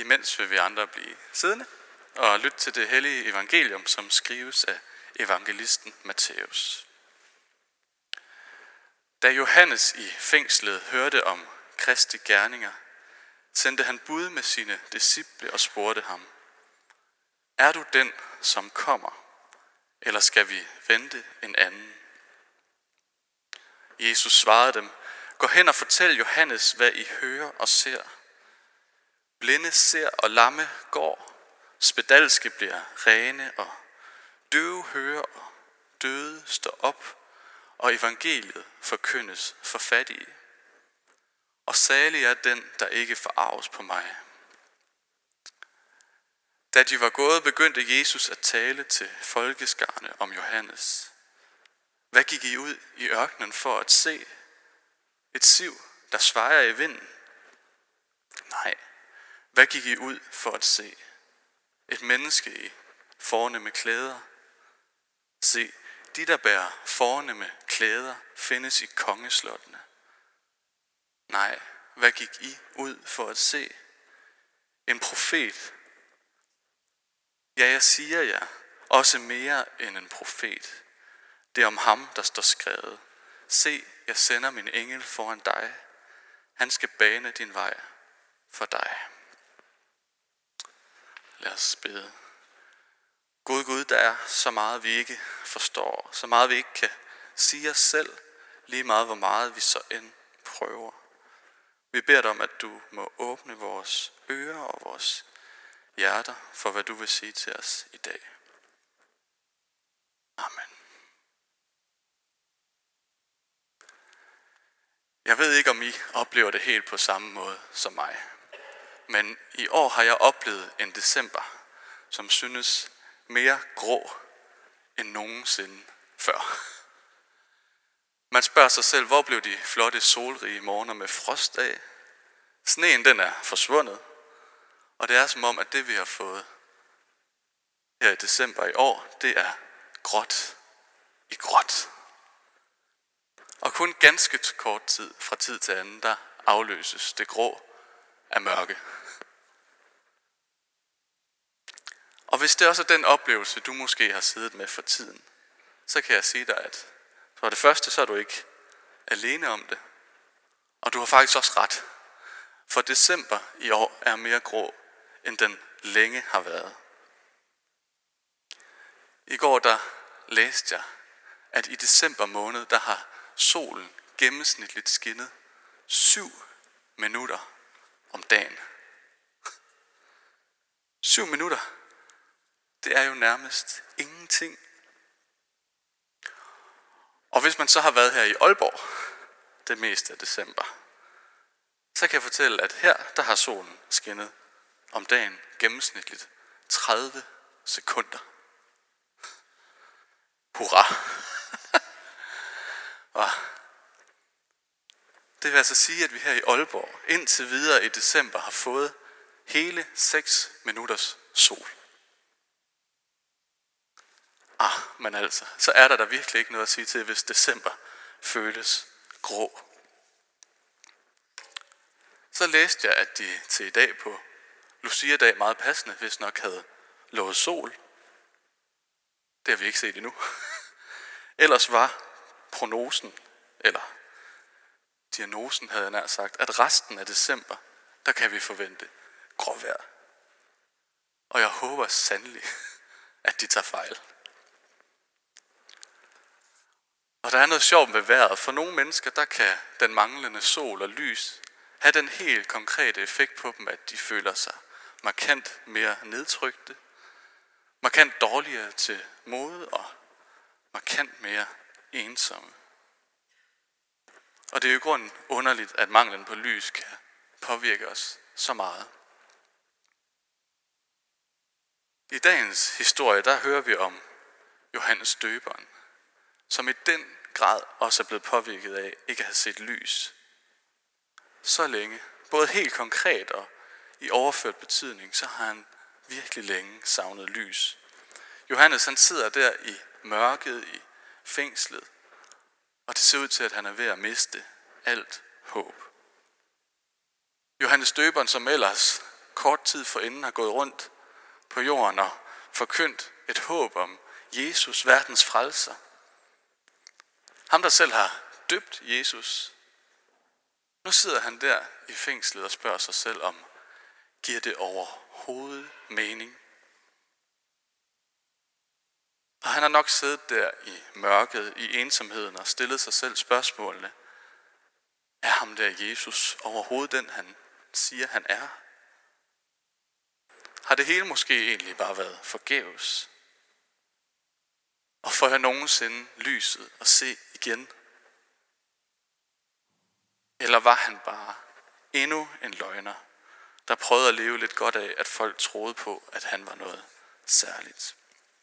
Imens vil vi andre blive siddende og lytte til det hellige evangelium, som skrives af evangelisten Matthæus. Da Johannes i fængslet hørte om Kristi gerninger, sendte han bud med sine disciple og spurgte ham: Er du den, som kommer, eller skal vi vente en anden? Jesus svarede dem: Gå hen og fortæl Johannes, hvad I hører og ser. Blinde ser og lamme går, spedalske bliver rene og døve hører og døde står op, og evangeliet forkyndes for fattige. Og salig er den, der ikke forarves på mig. Da de var gået, begyndte Jesus at tale til folkeskarne om Johannes. Hvad gik I ud i ørkenen for at se? Et siv, der svejer i vinden? Nej, hvad gik I ud for at se? Et menneske i fornemme klæder? Se, de der bærer fornemme klæder findes i kongeslottene. Nej, hvad gik I ud for at se? En profet? Ja, jeg siger jer, også mere end en profet. Det er om ham, der står skrevet: Se, jeg sender min engel foran dig. Han skal bane din vej for dig. Lad os bede. Gode Gud, der er så meget, vi ikke forstår, så meget, vi ikke kan sige os selv, lige meget, hvor meget vi så end prøver. Vi beder dig om, at du må åbne vores ører og vores hjerter for, hvad du vil sige til os i dag. Amen. Jeg ved ikke, om I oplever det helt på samme måde som mig, men i år har jeg oplevet en december, som synes mere grå end nogensinde før. Man spørger sig selv, hvor blev de flotte solrige morgener med frost af? Sneen den er forsvundet, og det er som om, at det vi har fået her i december i år, det er gråt i gråt. Og kun ganske kort tid fra tid til anden, der afløses det grå af mørke. Og hvis det også er den oplevelse, du måske har siddet med for tiden, så kan jeg sige dig, at for det første, så er du ikke alene om det. Og du har faktisk også ret. For december i år er mere grå, end den længe har været. I går der læste jeg, at i december måned, der har solen gennemsnitligt skinnet 7 minutter om dagen. 7 minutter, det er jo nærmest ingenting. Og hvis man så har været her i Aalborg det meste af december, så kan jeg fortælle, at her der har solen skinnet om dagen gennemsnitligt 30 sekunder. Hurra! Og det vil altså sige, at vi her i Aalborg indtil videre i december har fået hele 6 minutters sol. Men altså, så er der virkelig ikke noget at sige til, hvis december føles grå. Så læste jeg, at de til i dag på Lucia-dag meget passende, hvis nok havde lovet sol. Det har vi ikke set endnu. Ellers var prognosen, eller diagnosen havde jeg nær sagt, at resten af december, der kan vi forvente gråvejr. Og jeg håber sandelig, at de tager fejl. Og der er noget sjovt ved vejret. For nogle mennesker, der kan den manglende sol og lys have den helt konkrete effekt på dem, at de føler sig markant mere nedtrykte, markant dårligere til mode og markant mere ensomme. Og det er jo i grunden underligt, at manglen på lys kan påvirke os så meget. I dagens historie, der hører vi om Johannes Døberen, som i den grad også er blevet påvirket af ikke at have set lys. Så længe, både helt konkret og i overført betydning, så har han virkelig længe savnet lys. Johannes han sidder der i mørket i fængslet, og det ser ud til, at han er ved at miste alt håb. Johannes Døberen, som ellers kort tid forinden har gået rundt på jorden og forkyndt et håb om Jesus, verdens frelser. Ham, der selv har døbt Jesus. Nu sidder han der i fængslet og spørger sig selv om, giver det overhovedet mening? Og han har nok siddet der i mørket, i ensomheden og stillet sig selv spørgsmålene. Er ham der Jesus overhovedet den, han siger, han er? Har det hele måske egentlig bare været forgæves? Og får jeg nogensinde lyset at se igen? Eller var han bare endnu en løgner, der prøvede at leve lidt godt af, at folk troede på, at han var noget særligt?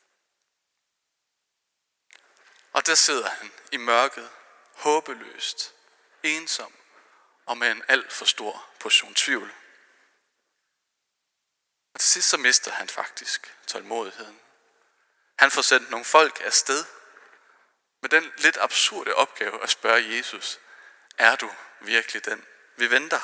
Og der sidder han i mørket, håbeløst, ensom og med en alt for stor portion tvivl. Og til sidst så mister han faktisk tålmodigheden. Han får sendt nogle folk afsted med den lidt absurde opgave at spørge Jesus, er du virkelig den, vi venter?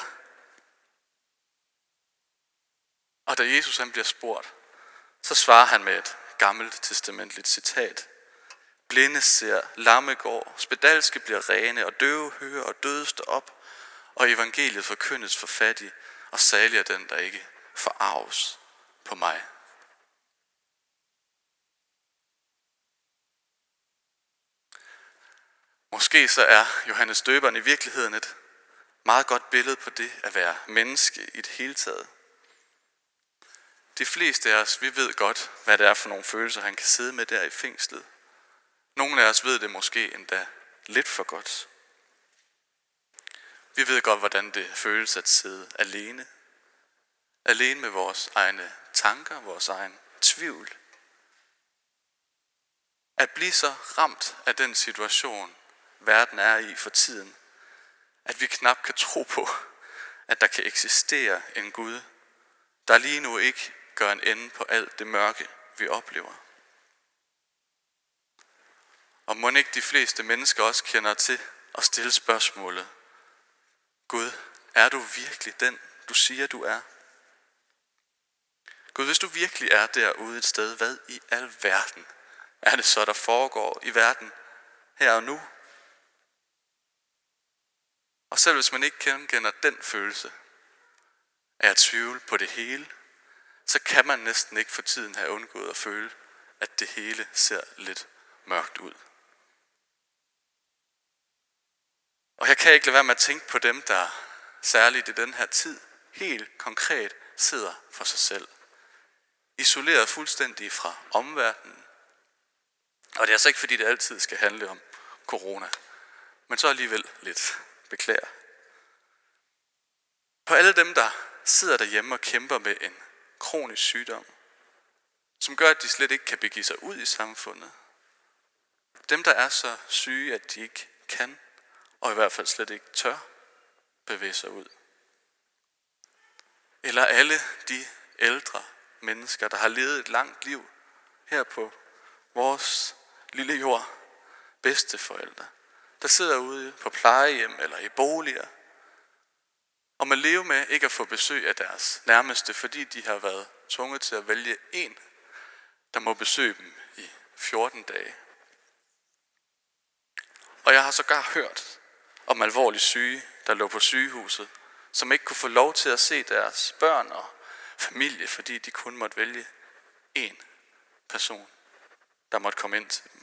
Og da Jesus han bliver spurgt, så svarer han med et gammelt testamentligt citat. Blinde ser, lamme går, spedalske bliver rene, og døve hører, og døde står op, og evangeliet forkyndes for fattige, og salig er den, der ikke forarves på mig. Måske så er Johannes Døberen i virkeligheden et meget godt billede på det at være menneske i det hele taget. De fleste af os, vi ved godt, hvad det er for nogle følelser, han kan sidde med der i fængslet. Nogle af os ved det måske endda lidt for godt. Vi ved godt, hvordan det føles at sidde alene. Alene med vores egne tanker, vores egen tvivl. At blive så ramt af den situation, verden er i for tiden, at vi knap kan tro på, at der kan eksistere en Gud, der lige nu ikke gør en ende på alt det mørke, vi oplever. Og mon ikke de fleste mennesker også kender til at stille spørgsmålet, Gud, er du virkelig den, du siger, du er? Gud, hvis du virkelig er derude et sted, hvad i al verden er det så, der foregår i verden her og nu? Og selv hvis man ikke kender den følelse af at tvivle på det hele, så kan man næsten ikke for tiden have undgået at føle, at det hele ser lidt mørkt ud. Og jeg kan ikke lade være med at tænke på dem, der særligt i den her tid helt konkret sidder for sig selv. Isoleret fuldstændig fra omverdenen. Og det er altså ikke fordi det altid skal handle om corona, men så alligevel lidt. Beklager. På alle dem, der sidder derhjemme og kæmper med en kronisk sygdom, som gør, at de slet ikke kan begive sig ud i samfundet. Dem, der er så syge, at de ikke kan, og i hvert fald slet ikke tør bevæge sig ud. Eller alle de ældre mennesker, der har levet et langt liv her på vores lille jord, bedsteforældre, der sidder ude på plejehjem eller i boliger, og man lever med ikke at få besøg af deres nærmeste, fordi de har været tvunget til at vælge en, der må besøge dem i 14 dage. Og jeg har sågar hørt om alvorligt syge, der lå på sygehuset, som ikke kunne få lov til at se deres børn og familie, fordi de kun måtte vælge én person, der måtte komme ind til dem.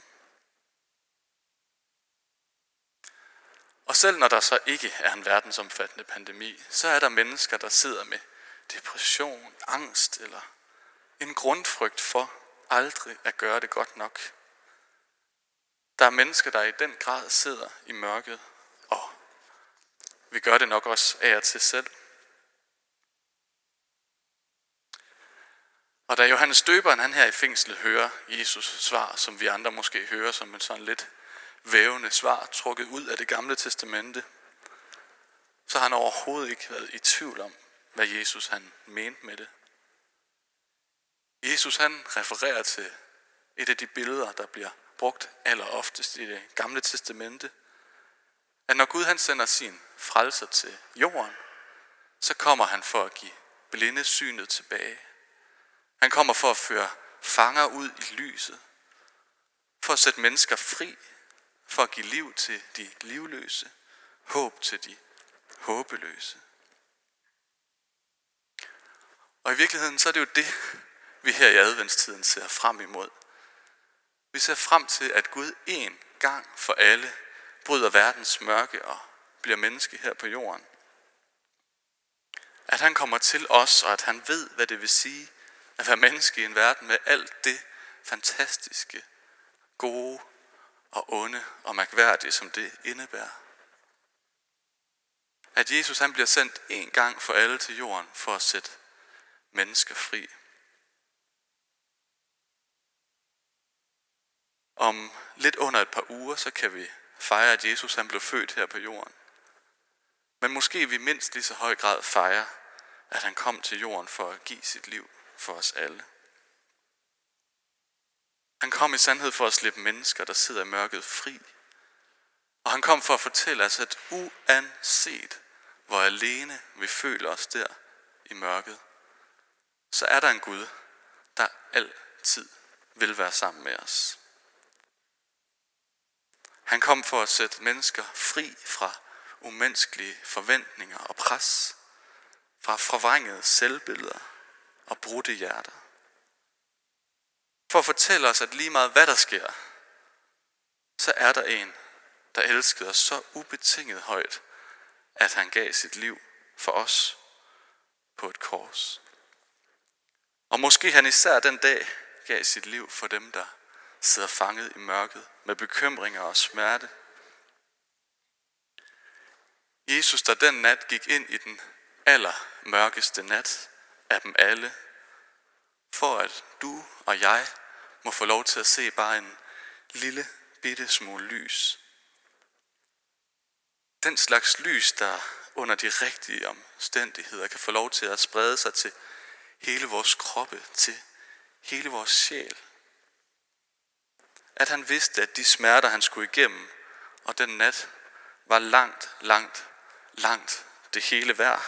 Og selv når der så ikke er en verdensomfattende pandemi, så er der mennesker, der sidder med depression, angst eller en grundfrygt for aldrig at gøre det godt nok. Der er mennesker, der i den grad sidder i mørket, og vi gør det nok også af og til selv. Og da Johannes Døberen han her i fængslet hører Jesus svar, som vi andre måske hører som en sådan lidt vævende svar, trukket ud af det gamle testamente, så har han overhovedet ikke været i tvivl om, hvad Jesus han mente med det. Jesus han refererer til et af de billeder, der bliver brugt alleroftest i det gamle testamente, at når Gud han sender sin frelser til jorden, så kommer han for at give blinde synet tilbage. Han kommer for at føre fanger ud i lyset, for at sætte mennesker fri, for at give liv til de livløse, håb til de håbeløse. Og i virkeligheden så er det jo det, vi her i adventstiden ser frem imod. Vi ser frem til, at Gud en gang for alle bryder verdens mørke og bliver menneske her på jorden. At han kommer til os, og at han ved, hvad det vil sige at være menneske i en verden med alt det fantastiske, gode og onde og mærkværdige, som det indebærer. At Jesus han bliver sendt en gang for alle til jorden for at sætte mennesker fri. Om lidt under et par uger, så kan vi fejre, at Jesus han blev født her på jorden. Men måske vi mindst lige så høj grad fejre, at han kom til jorden for at give sit liv for os alle. Han kom i sandhed for at slippe mennesker, der sidder i mørket, fri. Og han kom for at fortælle os, at uanset hvor alene vi føler os der i mørket, så er der en Gud, der altid vil være sammen med os. Han kom for at sætte mennesker fri fra umenneskelige forventninger og pres, fra forvrængede selvbilleder og brudte hjerter. For at fortælle os, at lige meget hvad der sker, så er der en, der elskede os så ubetinget højt, at han gav sit liv for os på et kors. Og måske han især den dag gav sit liv for dem, der sidder fanget i mørket med bekymringer og smerte. Jesus, der den nat gik ind i den allermørkeste nat af dem alle, for at du og jeg må få lov til at se bare en lille bitte smule lys. Den slags lys, der under de rigtige omstændigheder kan få lov til at sprede sig til hele vores kroppe, til hele vores sjæl. At han vidste, at de smerter, han skulle igennem, og den nat, var langt det hele værd.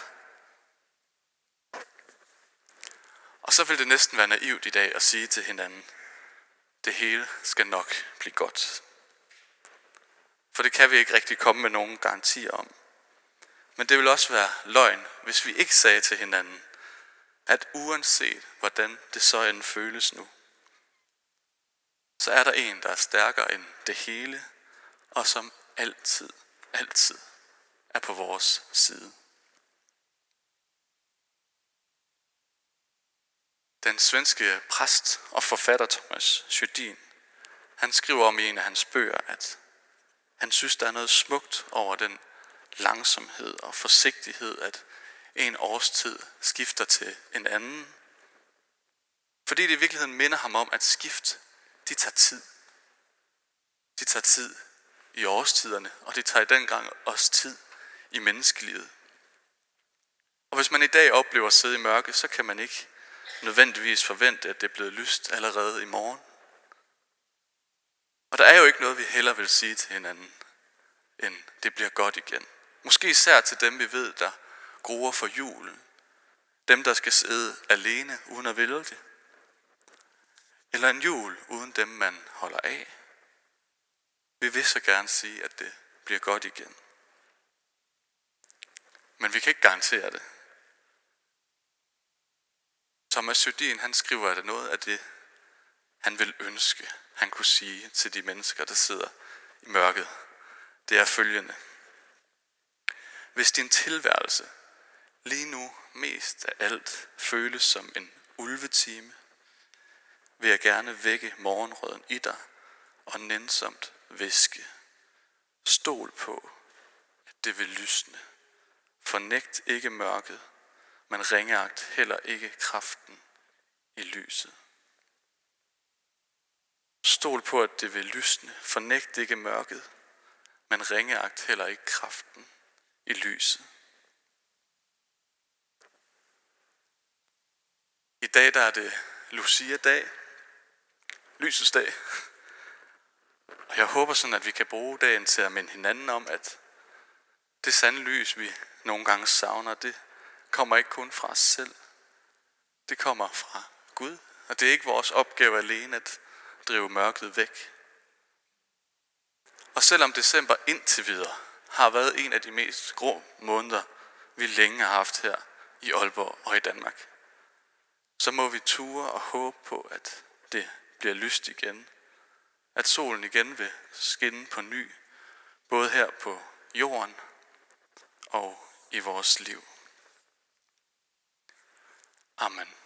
Og så vil det næsten være naivt i dag at sige til hinanden, det hele skal nok blive godt. For det kan vi ikke rigtig komme med nogen garantier om. Men det vil også være løgn, hvis vi ikke sagde til hinanden, at uanset hvordan det så end føles nu, så er der en, der er stærkere end det hele, og som altid er på vores side. Den svenske præst og forfatter Thomas Sjödin, han skriver om i en af hans bøger, at han synes, der er noget smukt over den langsomhed og forsigtighed, at en årstid skifter til en anden. Fordi det i virkeligheden minder ham om, at skift, de tager tid. De tager tid i årstiderne, og det tager i den gang også tid i menneskelivet. Og hvis man i dag oplever at sidde i mørke, så kan man ikke nødvendigvis forvente, at det er blevet lyst allerede i morgen. Og der er jo ikke noget, vi hellere vil sige til hinanden, end det bliver godt igen. Måske især til dem, vi ved, der gruer for julen. Dem, der skal sidde alene, uden at ville det. Eller en jul, uden dem, man holder af. Vi vil så gerne sige, at det bliver godt igen. Men vi kan ikke garantere det. Thomas Sjödin, han skriver, at noget af det, han vil ønske, han kunne sige til de mennesker, der sidder i mørket, det er følgende. Hvis din tilværelse lige nu mest af alt føles som en ulvetime, vil jeg gerne vække morgenrøden i dig og nænsomt hviske. Stol på, at det vil lysne. Fornægt ikke mørket, men ringeagt heller ikke kraften i lyset. Stol på, at det vil lysne. Fornægt ikke mørket, men ringeagt heller ikke kraften i lyset. I dag der er det Lucia-dag, lysets dag. Og jeg håber sådan, at vi kan bruge dagen til at minde hinanden om, at det sande lys, vi nogle gange savner, det kommer ikke kun fra os selv, det kommer fra Gud, og det er ikke vores opgave alene at drive mørket væk. Og selvom december indtil videre har været en af de mest grå måneder, vi længe har haft her i Aalborg og i Danmark, så må vi ture og håbe på, at det bliver lyst igen. At solen igen vil skinne på ny, både her på jorden og i vores liv. Amen.